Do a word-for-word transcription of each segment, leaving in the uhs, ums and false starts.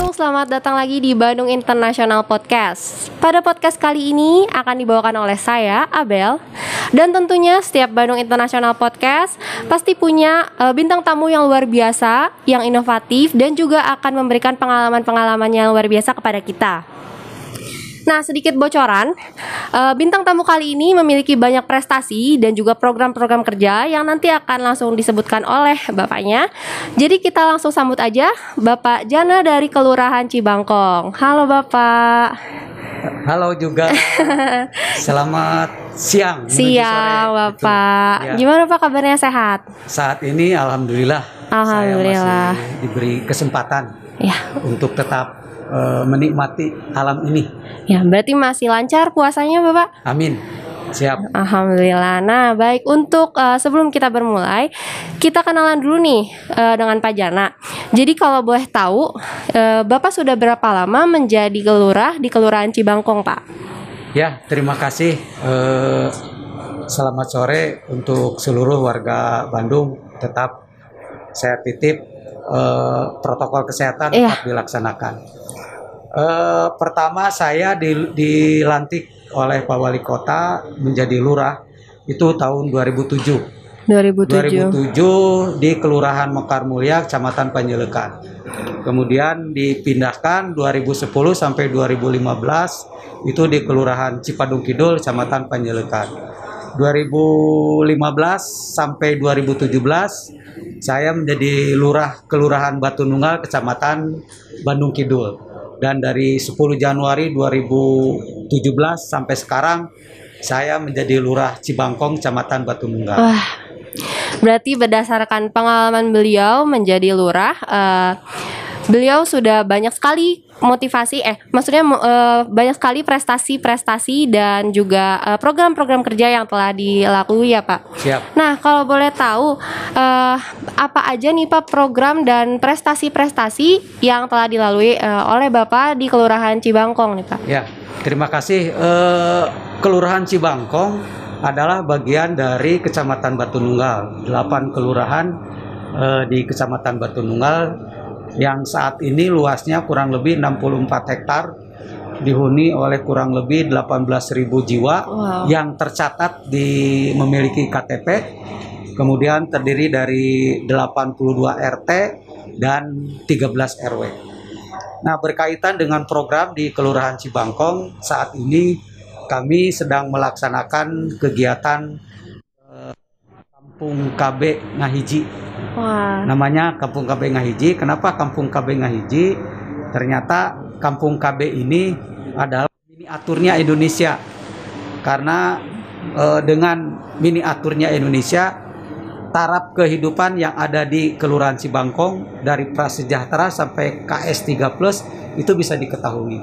Bandung, selamat datang lagi di Bandung International Podcast. Pada podcast kali ini akan dibawakan oleh saya, Abel. Dan tentunya setiap Bandung International Podcast pasti punya uh, bintang tamu yang luar biasa, yang inovatif, dan juga akan memberikan pengalaman-pengalaman yang luar biasa kepada kita. Nah, sedikit bocoran, uh, bintang tamu kali ini memiliki banyak prestasi dan juga program-program kerja yang nanti akan langsung disebutkan oleh bapaknya. Jadi kita langsung sambut aja Bapak Jana dari Kelurahan Cibangkong. Halo Bapak. Halo juga. Selamat siang. Siang sore, Bapak. Ya. Gimana Pak kabarnya, sehat? Saat ini alhamdulillah. Alhamdulillah. Saya masih diberi kesempatan ya. untuk tetap uh, menikmati alam ini. Ya, berarti masih lancar puasanya Bapak? Amin. Siap. Alhamdulillah. Nah, baik, untuk uh, sebelum kita bermulai, kita kenalan dulu nih uh, dengan Pak Jana. Jadi kalau boleh tahu, uh, Bapak sudah berapa lama menjadi kelurah di Kelurahan Cibangkong, Pak? Ya, terima kasih. Uh, selamat sore untuk seluruh warga Bandung. Tetap saya titip uh, protokol kesehatan iya. tetap dilaksanakan. Uh, pertama saya di, dilantik oleh Pak Wali Kota menjadi lurah itu tahun dua ribu tujuh. dua ribu tujuh. dua ribu tujuh di Kelurahan Mekar Mulia, Kecamatan Panjelekan. Kemudian dipindahkan dua ribu sepuluh sampai dua ribu lima belas itu di Kelurahan Cipadung Kidul, Kecamatan Panjelekan. dua ribu lima belas sampai dua ribu tujuh belas saya menjadi lurah Kelurahan Batu Nunggal, Kecamatan Bandung Kidul. Dan dari sepuluh Januari dua ribu tujuh belas sampai sekarang saya menjadi lurah Cibangkong, Kecamatan Batu Nunggal. Wah, berarti berdasarkan pengalaman beliau menjadi lurah, uh, beliau sudah banyak sekali motivasi, eh maksudnya uh, banyak sekali prestasi-prestasi dan juga uh, program-program kerja yang telah dilalui ya Pak. Siap. Nah, kalau boleh tahu uh, apa aja nih Pak program dan prestasi-prestasi yang telah dilalui uh, oleh Bapak di Kelurahan Cibangkong nih Pak? Ya, terima kasih. Uh, Kelurahan Cibangkong adalah bagian dari Kecamatan Batu Nunggal. delapan kelurahan uh, di Kecamatan Batu Nunggal yang saat ini luasnya kurang lebih enam puluh empat hektar, dihuni oleh kurang lebih delapan belas ribu jiwa. Wow. Yang tercatat di memiliki K T P, kemudian terdiri dari delapan puluh dua R T dan tiga belas R W. Nah, berkaitan dengan program di Kelurahan Cibangkong, saat ini kami sedang melaksanakan kegiatan eh, Kampung K B Ngahiji. Wah. Namanya Kampung K B Ngahiji. Kenapa Kampung K B Ngahiji? Ternyata Kampung K B ini adalah miniaturnya Indonesia. Karena e, dengan miniaturnya Indonesia, taraf kehidupan yang ada di Kelurahan Cibangkong dari prasejahtera sampai K S tiga plus itu bisa diketahui.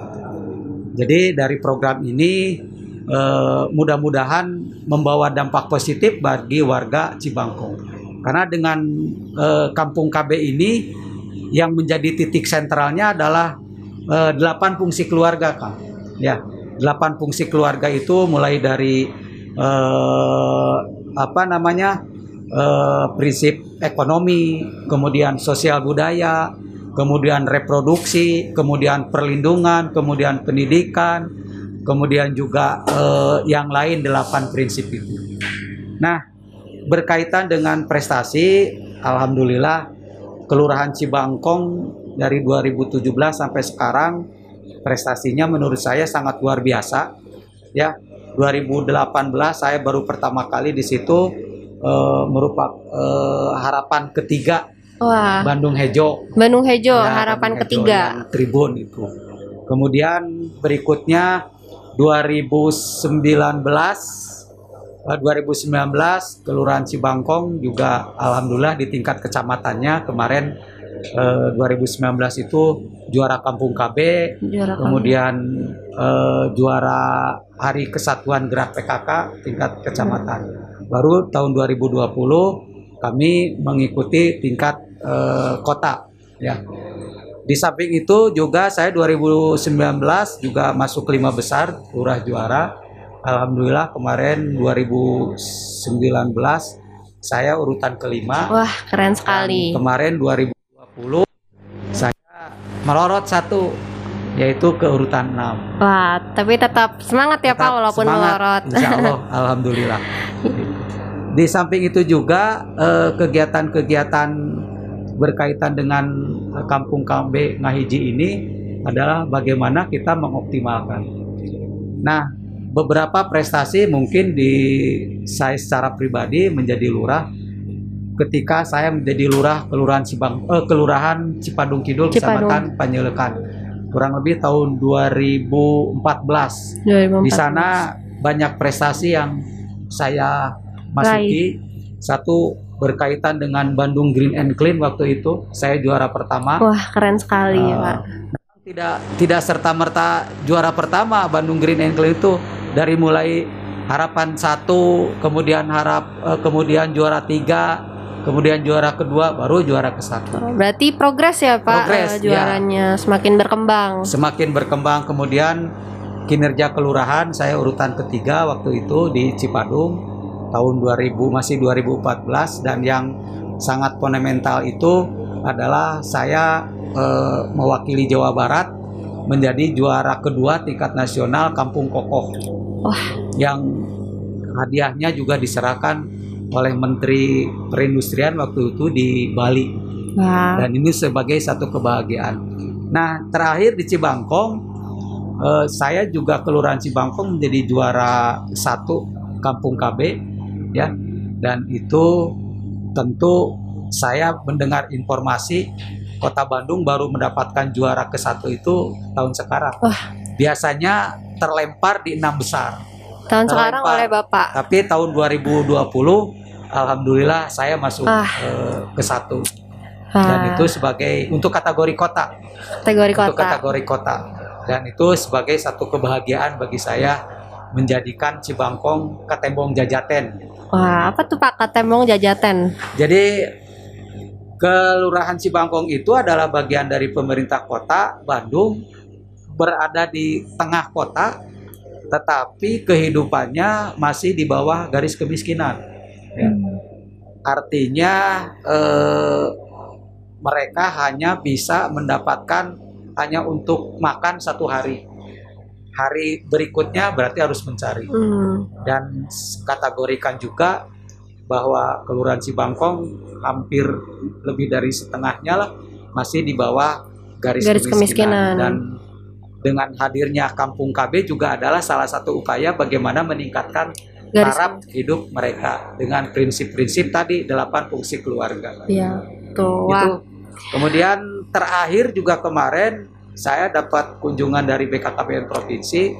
Jadi dari program ini e, mudah-mudahan membawa dampak positif bagi warga Cibangkong. Karena dengan eh, Kampung K B ini yang menjadi titik sentralnya adalah eh, delapan fungsi keluarga, Kang. Ya, delapan fungsi keluarga itu mulai dari eh, apa namanya eh, prinsip ekonomi, kemudian sosial budaya, kemudian reproduksi, kemudian perlindungan, kemudian pendidikan, kemudian juga eh, yang lain delapan prinsip itu. Nah, berkaitan dengan prestasi, alhamdulillah Kelurahan Cibangkong dari dua ribu tujuh belas sampai sekarang prestasinya menurut saya sangat luar biasa. Ya, dua ribu delapan belas saya baru pertama kali di situ uh, merupakan uh, harapan ketiga. Wah. Bandung Hejo. Bandung Hejo, ya, harapan Bandung ketiga. Hejo, Tribun itu. Kemudian berikutnya dua ribu sembilan belas dua ribu sembilan belas Kelurahan Cibangkong juga alhamdulillah di tingkat kecamatannya kemarin eh, dua ribu sembilan belas itu juara Kampung K B, juara kemudian eh, juara Hari Kesatuan Gerak P K K tingkat kecamatan. Hmm. Baru tahun dua ribu dua puluh kami mengikuti tingkat eh, kota ya. Di samping itu juga saya dua ribu sembilan belas juga masuk lima besar lurah juara. Alhamdulillah kemarin dua ribu sembilan belas saya urutan kelima. Wah, keren sekali. Dan kemarin dua ribu dua puluh saya melorot satu, yaitu ke urutan enam. Wah, tapi tetap semangat ya Tetap Pak walaupun semangat, melorot. Insya Allah, alhamdulillah. Di samping itu juga eh, kegiatan-kegiatan berkaitan dengan Kampung K B Ngahiji ini adalah bagaimana kita mengoptimalkan. Nah, beberapa prestasi mungkin di saya secara pribadi menjadi lurah ketika saya menjadi lurah kelurahan Cibang eh, kelurahan Cipadung Kidul, Kecamatan Panjelekan, kurang lebih tahun dua ribu empat belas. dua ribu empat belas. Di sana banyak prestasi yang saya masuki. Satu berkaitan dengan Bandung Green and Clean, waktu itu saya juara pertama. Wah, keren sekali uh, ya Pak. Tidak tidak serta merta juara pertama Bandung Green and Clean itu, dari mulai harapan satu, kemudian harap uh, kemudian juara tiga, kemudian juara kedua, baru juara ke satu. Berarti progres ya Pak. Progres, uh, juaranya ya. Semakin berkembang. Semakin berkembang. Kemudian kinerja kelurahan saya urutan ketiga waktu itu di Cipadung tahun dua ribu, masih dua ribu empat belas, dan yang sangat fundamental itu adalah saya eh, mewakili Jawa Barat menjadi juara kedua tingkat nasional Kampung Kokoh. Wah. Yang hadiahnya juga diserahkan oleh Menteri Perindustrian waktu itu di Bali. Wah. Dan ini sebagai satu kebahagiaan. Nah, terakhir di Cibangkong, eh, saya juga kelurahan Cibangkong menjadi juara satu Kampung K B. Ya, dan itu tentu saya mendengar informasi Kota Bandung baru mendapatkan juara ke satu itu tahun sekarang. Wah. Biasanya terlempar di enam besar. Tahun sekarang oleh Bapak. Tapi tahun dua ribu dua puluh, alhamdulillah saya masuk ah. eh, ke satu. Ah. Dan itu sebagai untuk kategori kota. Kategori kota. Untuk kategori kota. Dan itu sebagai satu kebahagiaan bagi saya menjadikan Cibangkong Katembong Jajaten. Wah, apa tuh Pak Katembong Jajaten? Jadi Kelurahan Cibangkong itu adalah bagian dari pemerintah kota Bandung, berada di tengah kota, tetapi kehidupannya masih di bawah garis kemiskinan. Ya. Artinya eh, mereka hanya bisa mendapatkan hanya untuk makan satu hari. Hari berikutnya berarti harus mencari. Hmm. Dan kategorikan juga bahwa Kelurahan Cibangkong hampir lebih dari setengahnya lah masih di bawah garis, garis kemiskinan. kemiskinan. Dan dengan hadirnya Kampung K B juga adalah salah satu upaya bagaimana meningkatkan garis taraf hidup mereka dengan prinsip-prinsip tadi delapan fungsi keluarga. Iya, tuh. Itu. Kemudian terakhir juga kemarin saya dapat kunjungan dari B K K B N Provinsi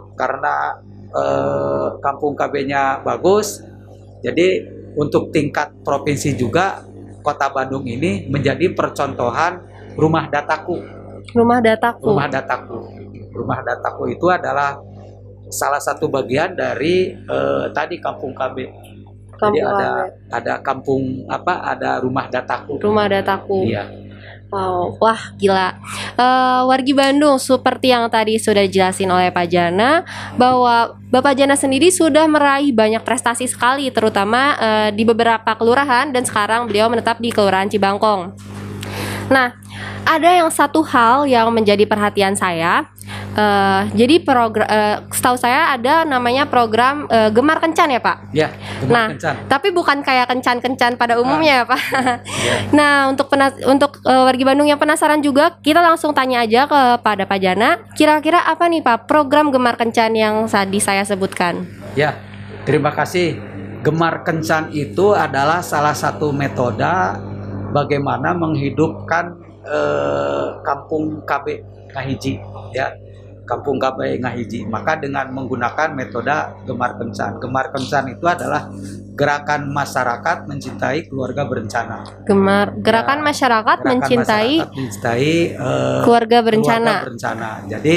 karena eh, Kampung K B-nya bagus. Jadi untuk tingkat provinsi juga Kota Bandung ini menjadi percontohan rumah dataku. Rumah dataku. Rumah dataku. Rumah dataku itu adalah salah satu bagian dari eh, tadi Kampung K B. Kampung Jadi ada K B. ada kampung apa? Ada rumah dataku. Rumah dataku. Iya. Wow, wah gila. Uh, wargi Bandung, seperti yang tadi sudah dijelasin oleh Pak Jana, bahwa Bapak Jana sendiri sudah meraih banyak prestasi sekali, terutama uh, di beberapa kelurahan, dan sekarang beliau menetap di Kelurahan Cibangkong. Nah, ada yang satu hal yang menjadi perhatian saya. Uh, jadi program, uh, setahu saya ada namanya program uh, Gemar Kencan ya Pak. Ya, Gemar nah, Kencan. Tapi bukan kayak kencan-kencan pada umumnya ya Pak. Ya. Nah, untuk penas untuk uh, wargi Bandung yang penasaran juga, kita langsung tanya aja kepada Pak Jana. Kira-kira apa nih Pak program Gemar Kencan yang tadi saya sebutkan? Ya, terima kasih. Gemar Kencan itu adalah salah satu metode bagaimana menghidupkan eh, Kampung K B Ngahiji, ya. Kampung K B Ngahiji. Maka dengan menggunakan metode Gemar Kencan. Gemar Kencan itu adalah gerakan masyarakat mencintai keluarga berencana. Gemar gerakan ya, masyarakat gerakan mencintai, masyarakat mencintai uh, keluarga berencana. Keluarga berencana. Jadi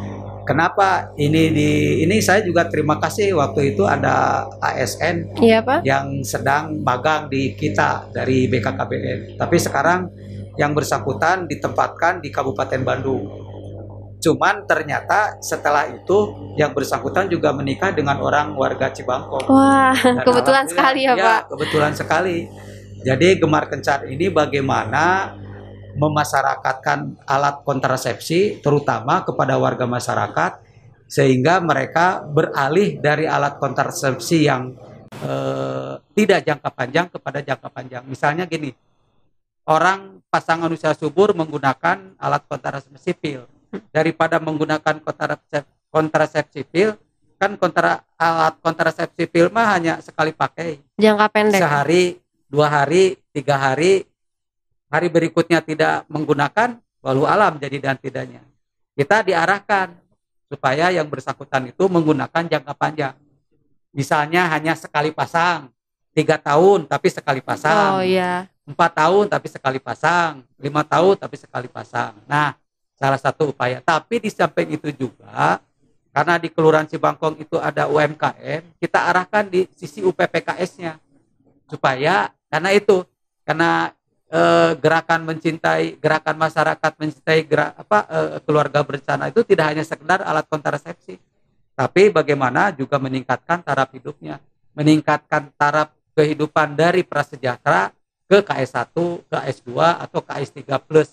kenapa ini di ini saya juga terima kasih waktu itu ada A S N iya, Pak? Yang sedang magang di kita dari B K K B N. Tapi sekarang yang bersangkutan ditempatkan di Kabupaten Bandung. Cuman ternyata setelah itu yang bersangkutan juga menikah dengan orang warga Cibangkong. Wah, dan kebetulan sekali ya, ya Pak. Kebetulan sekali. Jadi Gemar Kencan ini bagaimana memasyarakatkan alat kontrasepsi terutama kepada warga masyarakat sehingga mereka beralih dari alat kontrasepsi yang eh, tidak jangka panjang kepada jangka panjang. Misalnya gini, orang pasangan usia subur menggunakan alat kontrasepsi pil daripada menggunakan kontrasepsi, kontrasepsi pil, kan kontra, alat kontrasepsi pil mah hanya sekali pakai, jangka pendek, sehari, dua hari, tiga hari, hari berikutnya tidak menggunakan, walau alam jadi dan tidaknya. Kita diarahkan supaya yang bersangkutan itu menggunakan jangka panjang. Misalnya hanya sekali pasang, tiga tahun tapi sekali pasang, oh, iya. empat tahun tapi sekali pasang, lima tahun tapi sekali pasang. Nah, salah satu upaya. Tapi di samping itu juga, karena di Kelurahan Cibangkong itu ada U M K M, kita arahkan di sisi U P P K S-nya supaya karena itu, karena eh, gerakan mencintai, gerakan masyarakat mencintai gerak, apa eh, keluarga berencana itu tidak hanya sekedar alat kontrasepsi, tapi bagaimana juga meningkatkan taraf hidupnya, meningkatkan taraf kehidupan dari prasejahtera ke K S satu, ke K S dua atau K S tiga plus.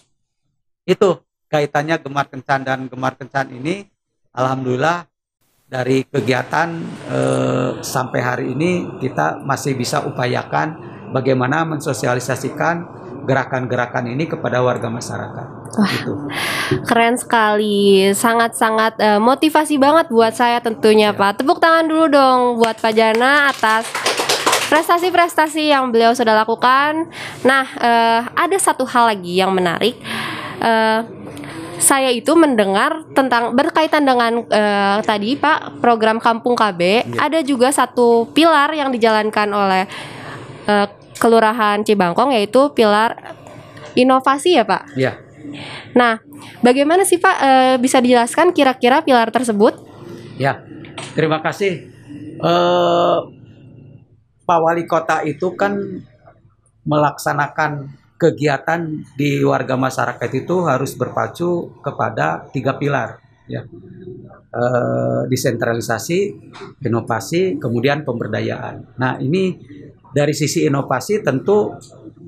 Itu kaitannya Gemar Kencan, dan Gemar Kencan ini alhamdulillah dari kegiatan eh, sampai hari ini kita masih bisa upayakan bagaimana mensosialisasikan gerakan-gerakan ini kepada warga masyarakat. Wah, gitu. Keren sekali, sangat-sangat uh, motivasi banget buat saya tentunya, ya. Pak. Tepuk tangan dulu dong buat Pak Jana atas prestasi-prestasi yang beliau sudah lakukan. Nah, uh, ada satu hal lagi yang menarik. Uh, saya itu mendengar tentang berkaitan dengan uh, tadi Pak program Kampung K B, ya. Ada juga satu pilar yang dijalankan oleh uh, Kelurahan Cibangkong, yaitu pilar inovasi ya Pak. Ya. Nah, bagaimana sih Pak uh, bisa dijelaskan kira-kira pilar tersebut? Ya, terima kasih. Uh, Pak Wali Kota itu kan melaksanakan kegiatan di warga masyarakat itu harus berpacu kepada tiga pilar, ya, e, desentralisasi, inovasi, kemudian pemberdayaan. Nah, ini dari sisi inovasi tentu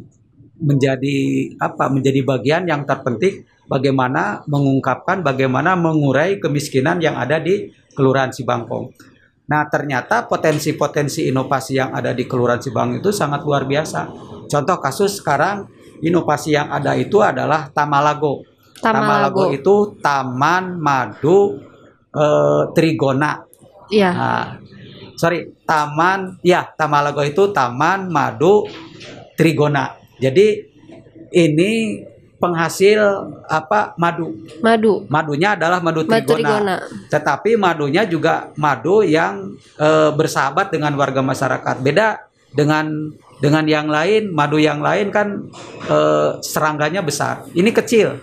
menjadi apa? Menjadi bagian yang terpenting bagaimana mengungkapkan, bagaimana mengurai kemiskinan yang ada di Kelurahan Cibangkong. Nah, ternyata potensi-potensi inovasi yang ada di Kelurahan Cibangkong itu sangat luar biasa. Contoh kasus sekarang inovasi yang ada itu adalah Tamalago. Tamalago, Tamalago itu Taman Madu e, Trigona. Iya. Nah, sorry, Taman, ya Tamalago itu Taman Madu Trigona. Jadi ini penghasil apa madu. Madu. Madunya adalah madu trigona. Madu trigona. Tetapi madunya juga madu yang e, bersahabat dengan warga masyarakat. Beda dengan dengan yang lain, madu yang lain kan e, serangganya besar. Ini kecil.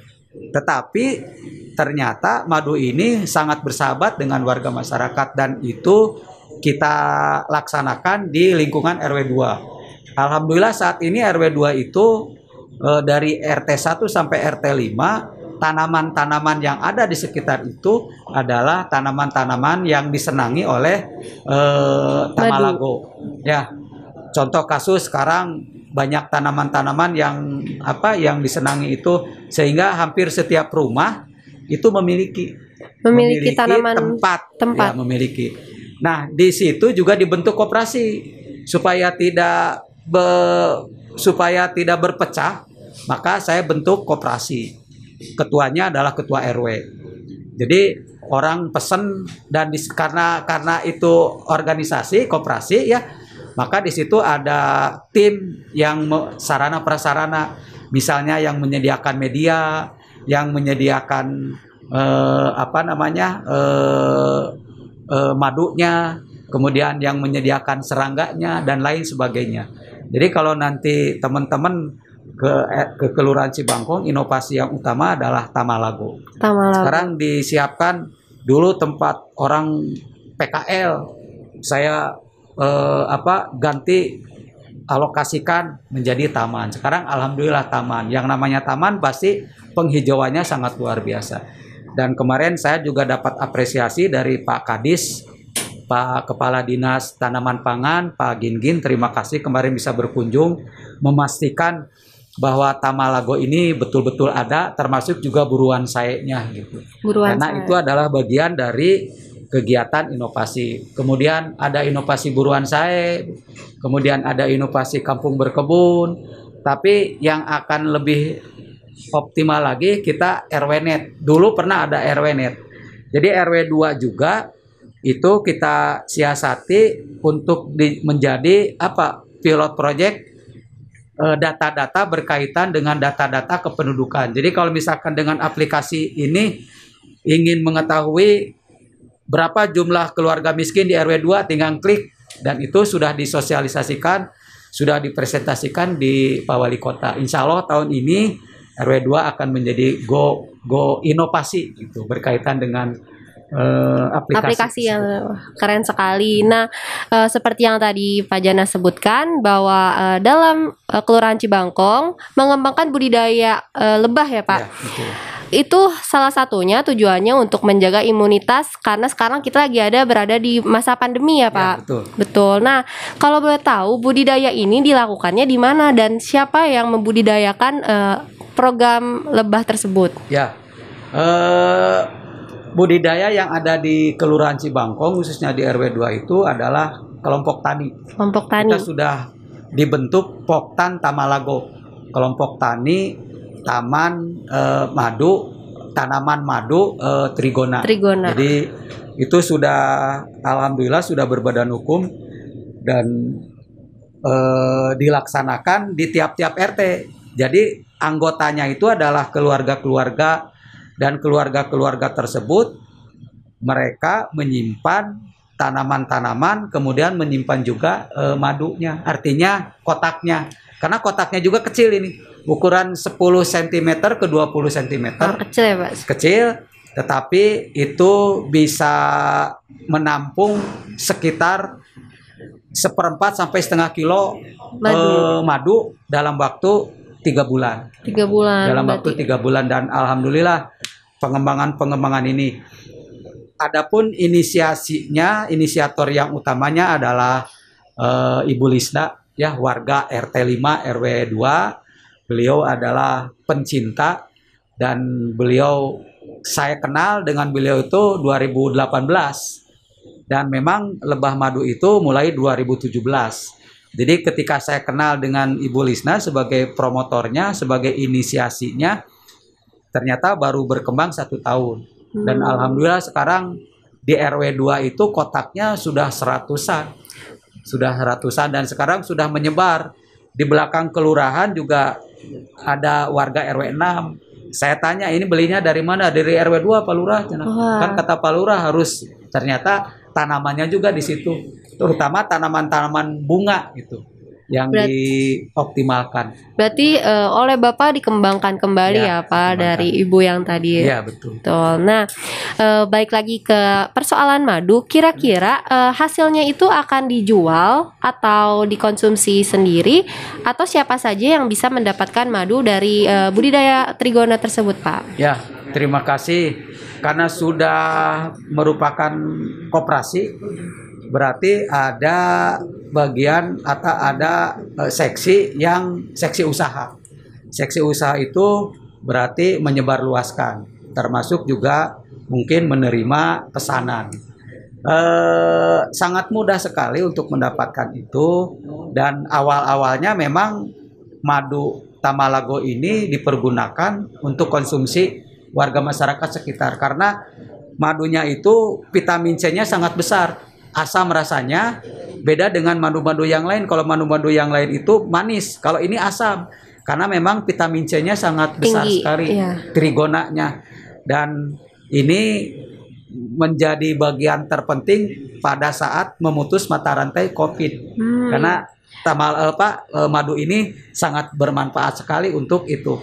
Tetapi ternyata madu ini sangat bersahabat dengan warga masyarakat, dan itu kita laksanakan di lingkungan R W dua. Alhamdulillah saat ini R W dua itu e, dari R T satu sampai R T lima, tanaman-tanaman yang ada di sekitar itu adalah tanaman-tanaman yang disenangi oleh e, Tamalago. Ya. Contoh kasus sekarang banyak tanaman-tanaman yang apa yang disenangi itu, sehingga hampir setiap rumah itu memiliki memiliki, memiliki tanaman tempat, tempat. Ya, memiliki. Nah, di situ juga dibentuk koperasi supaya tidak be, supaya tidak berpecah, maka saya bentuk koperasi. Ketuanya adalah ketua R W. Jadi orang pesen, dan di, karena karena itu organisasi koperasi ya, maka di situ ada tim yang sarana prasarana, misalnya yang menyediakan media, yang menyediakan eh, apa namanya eh, eh, madunya, kemudian yang menyediakan serangganya dan lain sebagainya. Jadi kalau nanti teman-teman ke ke Kelurahan Cibangkong, inovasi yang utama adalah Tamalago. Tamalago. Sekarang disiapkan, dulu tempat orang P K L, saya Eh, apa ganti alokasikan menjadi taman. Sekarang alhamdulillah taman. Yang namanya taman pasti penghijauannya sangat luar biasa. Dan kemarin saya juga dapat apresiasi dari Pak Kadis, Pak Kepala Dinas Tanaman Pangan, Pak Gingin. Terima kasih kemarin bisa berkunjung, memastikan bahwa Tamalago ini betul-betul ada, termasuk juga buruan saenya gitu. Buruan Karena saya. itu adalah bagian dari kegiatan inovasi. Kemudian ada inovasi buruan sae, kemudian ada inovasi kampung berkebun. Tapi yang akan lebih optimal lagi kita R W Net. Dulu pernah ada R W Net. Jadi R W dua juga itu kita siasati untuk di, menjadi apa? Pilot project data-data berkaitan dengan data-data kependudukan. Jadi kalau misalkan dengan aplikasi ini ingin mengetahui berapa jumlah keluarga miskin di R W dua, tinggal klik dan itu sudah disosialisasikan, sudah dipresentasikan di Pak Wali Kota. Insya Allah tahun ini R W dua akan menjadi go go inovasi gitu berkaitan dengan Uh, aplikasi. aplikasi yang keren sekali. Nah, uh, seperti yang tadi Pak Jana sebutkan bahwa uh, dalam uh, Kelurahan Cibangkong mengembangkan budidaya uh, lebah ya Pak. Ya, betul. Itu salah satunya tujuannya untuk menjaga imunitas karena sekarang kita lagi ada berada di masa pandemi ya Pak. Ya, betul. Betul. Nah, kalau boleh tahu budidaya ini dilakukannya di mana dan siapa yang membudidayakan uh, program lebah tersebut? Ya. Uh, Budidaya yang ada di Kelurahan Cibangkong khususnya di R W dua itu adalah kelompok tani. Kelompok tani. Kita sudah dibentuk Poktan Tamalago. Kelompok tani Taman eh, Madu, Tanaman Madu eh, Trigona. Trigona. Jadi itu sudah alhamdulillah sudah berbadan hukum dan eh, dilaksanakan di tiap-tiap R T. Jadi anggotanya itu adalah keluarga-keluarga dan keluarga-keluarga tersebut mereka menyimpan tanaman-tanaman kemudian menyimpan juga e, madunya, artinya kotaknya, karena kotaknya juga kecil ini ukuran sepuluh sentimeter ke dua puluh sentimeter. Oh, kecil ya Pak? Kecil, tetapi itu bisa menampung sekitar seperempat sampai setengah kilo madu, e, madu dalam waktu tiga bulan. Tiga bulan. Dalam berarti. waktu tiga bulan dan alhamdulillah pengembangan-pengembangan ini. Adapun inisiasinya, inisiator yang utamanya adalah e, Ibu Lisna, ya warga R T lima R W dua. Beliau adalah pencinta dan beliau saya kenal dengan beliau itu dua ribu delapan belas dan memang lebah madu itu mulai dua ribu tujuh belas. Jadi ketika saya kenal dengan Ibu Lisna sebagai promotornya, sebagai inisiasinya, ternyata baru berkembang satu tahun. Dan Hmm. alhamdulillah sekarang di R W dua itu kotaknya sudah seratusan. Sudah ratusan dan sekarang sudah menyebar. Di belakang kelurahan juga ada warga R W enam. Saya tanya ini belinya dari mana? Dari R W dua Pak Lurah. Wah. Kan kata Pak Lurah harus, ternyata tanamannya juga di situ. Terutama tanaman-tanaman bunga gitu yang Berat- dioptimalkan. Berarti eh, oleh Bapak dikembangkan kembali ya, Ya, Pak dikembangkan. dari Ibu yang tadi. Iya betul. Betul. Nah, eh, baik lagi ke persoalan madu. Kira-kira eh, hasilnya itu akan dijual atau dikonsumsi sendiri, atau siapa saja yang bisa mendapatkan madu dari eh, budidaya Trigona tersebut, Pak? Ya, terima kasih karena sudah merupakan koperasi. Berarti ada bagian atau ada eh, seksi yang seksi usaha. Seksi usaha itu berarti menyebarluaskan, termasuk juga mungkin menerima pesanan. Eh, sangat mudah sekali untuk mendapatkan itu dan awal-awalnya memang madu Tamalago ini dipergunakan untuk konsumsi warga masyarakat sekitar karena madunya itu vitamin C-nya sangat besar. Asam rasanya beda dengan madu-madu yang lain. Kalau madu-madu yang lain itu manis, kalau ini asam karena memang vitamin C-nya sangat besar Tinggi, sekali, iya. trigonanya, dan ini menjadi bagian terpenting pada saat memutus mata rantai COVID. Hmm. Karena tamal apa eh, madu ini sangat bermanfaat sekali untuk itu.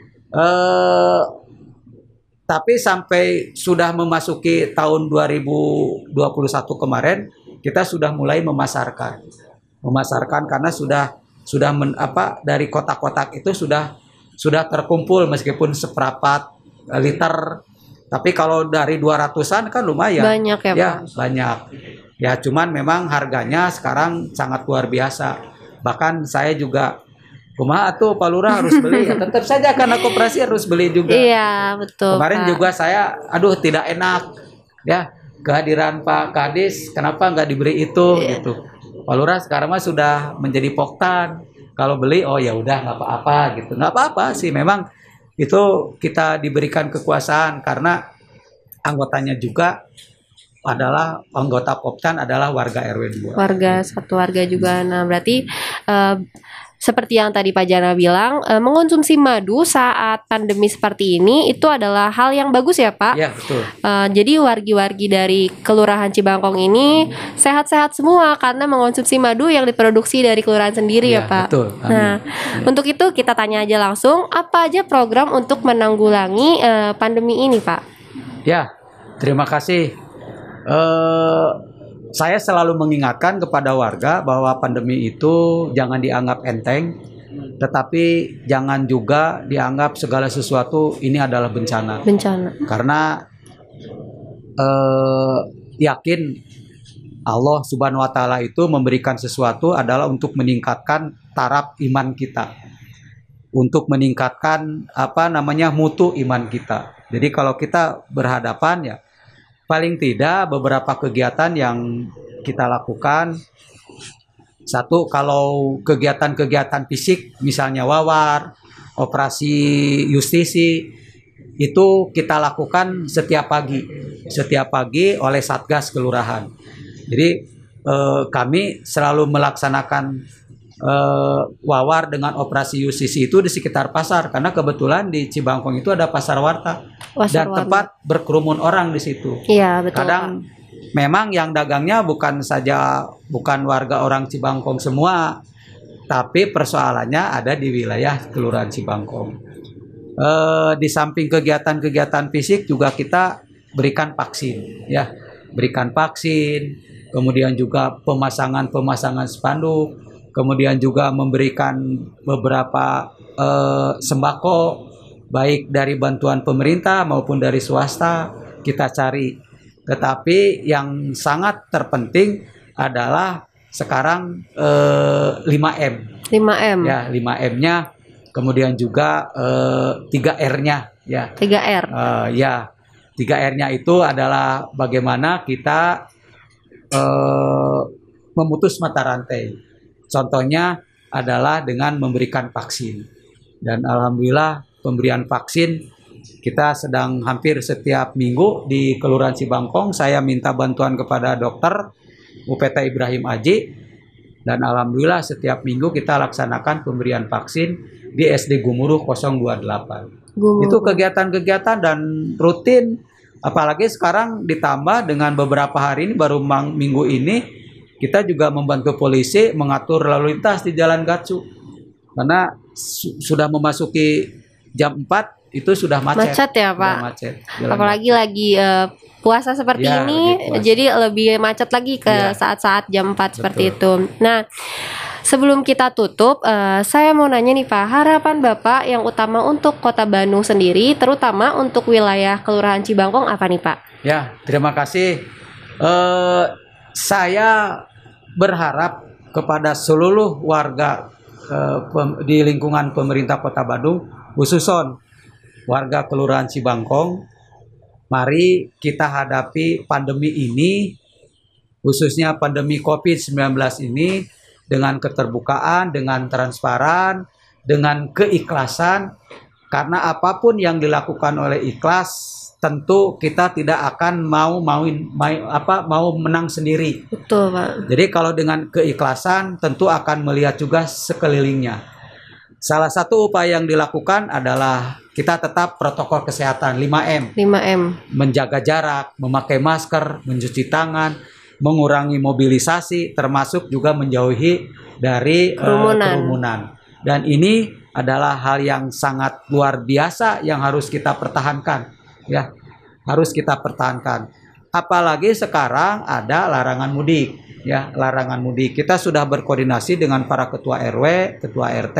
Eh, Tapi sampai sudah memasuki tahun dua ribu dua puluh satu kemarin kita sudah mulai memasarkan, memasarkan karena sudah sudah men, apa dari kotak-kotak itu sudah sudah terkumpul meskipun seperempat liter. Tapi kalau dari dua ratusan kan lumayan. Banyak ya, Ya, Pak? banyak. Ya, cuman memang harganya sekarang sangat luar biasa. Bahkan saya juga kumaha tuh Pak Lurah harus beli ya, tetap saja karena koperasi harus beli juga. Iya, betul. Kemarin Pak. juga saya aduh tidak enak ya kehadiran Pak Kadis, kenapa nggak diberi itu Iya. gitu. Pak Lurah sekarang mah sudah menjadi poktan. Kalau beli oh ya udah nggak apa-apa gitu. Nggak apa-apa sih, memang itu kita diberikan kekuasaan karena anggotanya juga adalah anggota Koptan adalah warga R W dua. Warga satu warga juga. Nah, berarti eh, seperti yang tadi Pak Jana bilang, eh, mengonsumsi madu saat pandemi seperti ini itu adalah hal yang bagus ya Pak. Ya betul. Eh, jadi wargi-wargi dari Kelurahan Cibangkong ini sehat-sehat semua karena mengonsumsi madu yang diproduksi dari kelurahan sendiri ya, Ya, Pak. betul. Amin. Nah, untuk itu kita tanya aja langsung, apa aja program untuk menanggulangi eh, pandemi ini, Pak? Ya, terima kasih. Eh, saya selalu mengingatkan kepada warga bahwa pandemi itu jangan dianggap enteng, tetapi jangan juga dianggap segala sesuatu ini adalah bencana. Bencana. Karena eh, yakin Allah Subhanahu wa taala itu memberikan sesuatu adalah untuk meningkatkan taraf iman kita. Untuk meningkatkan apa namanya mutu iman kita. Jadi kalau kita berhadapan ya paling tidak beberapa kegiatan yang kita lakukan, satu kalau kegiatan-kegiatan fisik misalnya wawar, operasi justisi itu kita lakukan setiap pagi, setiap pagi oleh Satgas Kelurahan. Jadi eh, kami selalu melaksanakan eh, wawar dengan operasi justisi itu di sekitar pasar karena kebetulan di Cibangkong itu ada pasar warta. Pasar Dan warna. tempat berkerumun orang di situ. Iya, betul. Kadang Pak. memang yang dagangnya bukan saja bukan warga orang Cibangkong semua, tapi persoalannya ada di wilayah Kelurahan Cibangkong. Eh, di samping kegiatan-kegiatan fisik juga kita berikan vaksin, ya, berikan vaksin, kemudian juga pemasangan-pemasangan spanduk, kemudian juga memberikan beberapa eh, sembako. Baik dari bantuan pemerintah maupun dari swasta kita cari. Tetapi yang sangat terpenting adalah sekarang eh, lima M. lima M. Ya, lima M-nya. Kemudian juga eh, tiga R-nya ya. tiga R. Eh, ya, tiga R-nya itu adalah bagaimana kita eh, memutus mata rantai. Contohnya adalah dengan memberikan vaksin. Dan alhamdulillah pemberian vaksin kita sedang hampir setiap minggu di Kelurahan Cibangkong. Saya minta bantuan kepada dokter U P T Ibrahim Aji dan alhamdulillah setiap minggu kita laksanakan pemberian vaksin di S D Gumuruh nol dua delapan. Gumuruh. Itu kegiatan-kegiatan dan rutin, apalagi sekarang ditambah dengan beberapa hari ini baru minggu ini kita juga membantu polisi mengatur lalu lintas di Jalan Gatsu karena su sudah memasuki jam empat itu sudah macet. Macet ya, Pak. Sudah macet. Jalan Apalagi lagi eh, puasa seperti Ya, ini, lagi puasa. jadi lebih macet lagi ke Ya. saat-saat jam empat seperti Betul. itu. Nah, sebelum kita tutup, eh, saya mau nanya nih Pak, harapan Bapak yang utama untuk Kota Bandung sendiri, terutama untuk wilayah Kelurahan Cibangkong apa nih Pak? Ya, terima kasih. Eh, saya berharap kepada seluruh warga eh, pem- di lingkungan pemerintah Kota Bandung, khususon warga Kelurahan Cibangkong, mari kita hadapi pandemi ini, khususnya pandemi covid sembilan belas ini dengan keterbukaan, dengan transparan, dengan keikhlasan, karena apapun yang dilakukan oleh ikhlas, tentu kita tidak akan mau mauin mau, apa mau menang sendiri. Betul Pak. Jadi kalau dengan keikhlasan tentu akan melihat juga sekelilingnya. Salah satu upaya yang dilakukan adalah kita tetap protokol kesehatan lima M. lima M. Menjaga jarak, memakai masker, mencuci tangan, mengurangi mobilisasi, termasuk juga menjauhi dari eh, Kerumunan. kerumunan. Dan ini adalah hal yang sangat luar biasa yang harus kita pertahankan, ya, harus kita pertahankan. Apalagi sekarang ada larangan mudik, ya, larangan mudik. Kita sudah berkoordinasi dengan para ketua R W, ketua R T.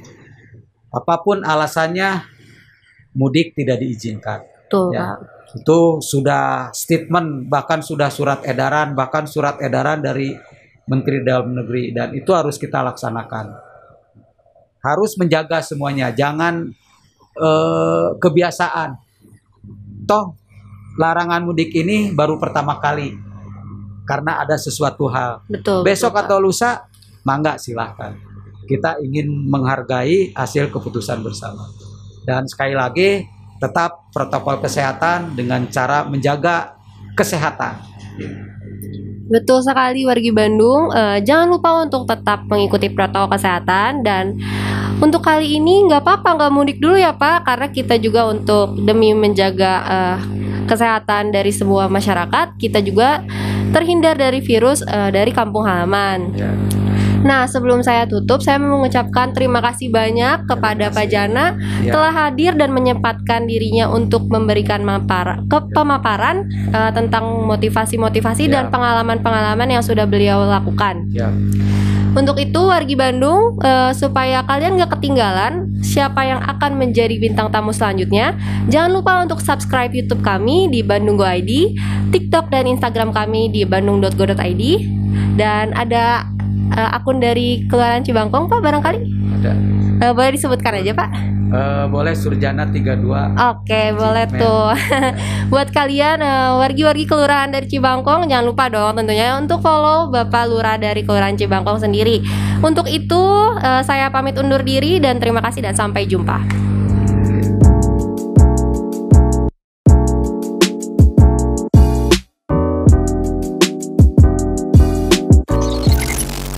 Apapun alasannya, mudik tidak diizinkan. Betul Ya. Pak. Itu sudah statement, bahkan sudah surat edaran, bahkan surat edaran dari Menteri Dalam Negeri, dan itu harus kita laksanakan. harus menjaga semuanya, jangan eh, kebiasaan. Toh larangan mudik ini baru pertama kali karena ada sesuatu hal. Betul. Besok betul, atau lusa, mangga silahkan. Kita ingin menghargai hasil keputusan bersama. Dan sekali lagi, tetap protokol kesehatan dengan cara menjaga kesehatan. Betul sekali wargi Bandung. Eh, jangan lupa untuk tetap mengikuti protokol kesehatan, dan untuk kali ini nggak apa-apa nggak mudik dulu ya Pak, karena kita juga untuk demi menjaga eh, kesehatan dari semua masyarakat, kita juga terhindar dari virus eh, dari kampung halaman. Ya. Nah, sebelum saya tutup, saya mau mengucapkan terima kasih banyak kepada Pak Jana Ya. telah hadir dan menyempatkan dirinya untuk memberikan mapar, ke pemaparan eh, tentang motivasi-motivasi Ya. dan pengalaman-pengalaman yang sudah beliau lakukan. Ya. Untuk itu, wargi Bandung, eh, supaya kalian gak ketinggalan siapa yang akan menjadi bintang tamu selanjutnya, jangan lupa untuk subscribe YouTube kami di Bandung Go I D, TikTok dan Instagram kami di bandung dot go dot i d, dan ada eh, akun dari Kelurahan Cibangkong Pak barangkali. Ada. Eh, boleh disebutkan aja Pak. Eh, boleh Surjana tiga puluh dua. Oke, boleh Gmail. tuh. Buat kalian eh, wargi-wargi kelurahan dari Cibangkong, jangan lupa dong tentunya untuk follow Bapak Lurah dari Kelurahan Cibangkong sendiri. Untuk itu, eh, saya pamit undur diri dan terima kasih dan sampai jumpa.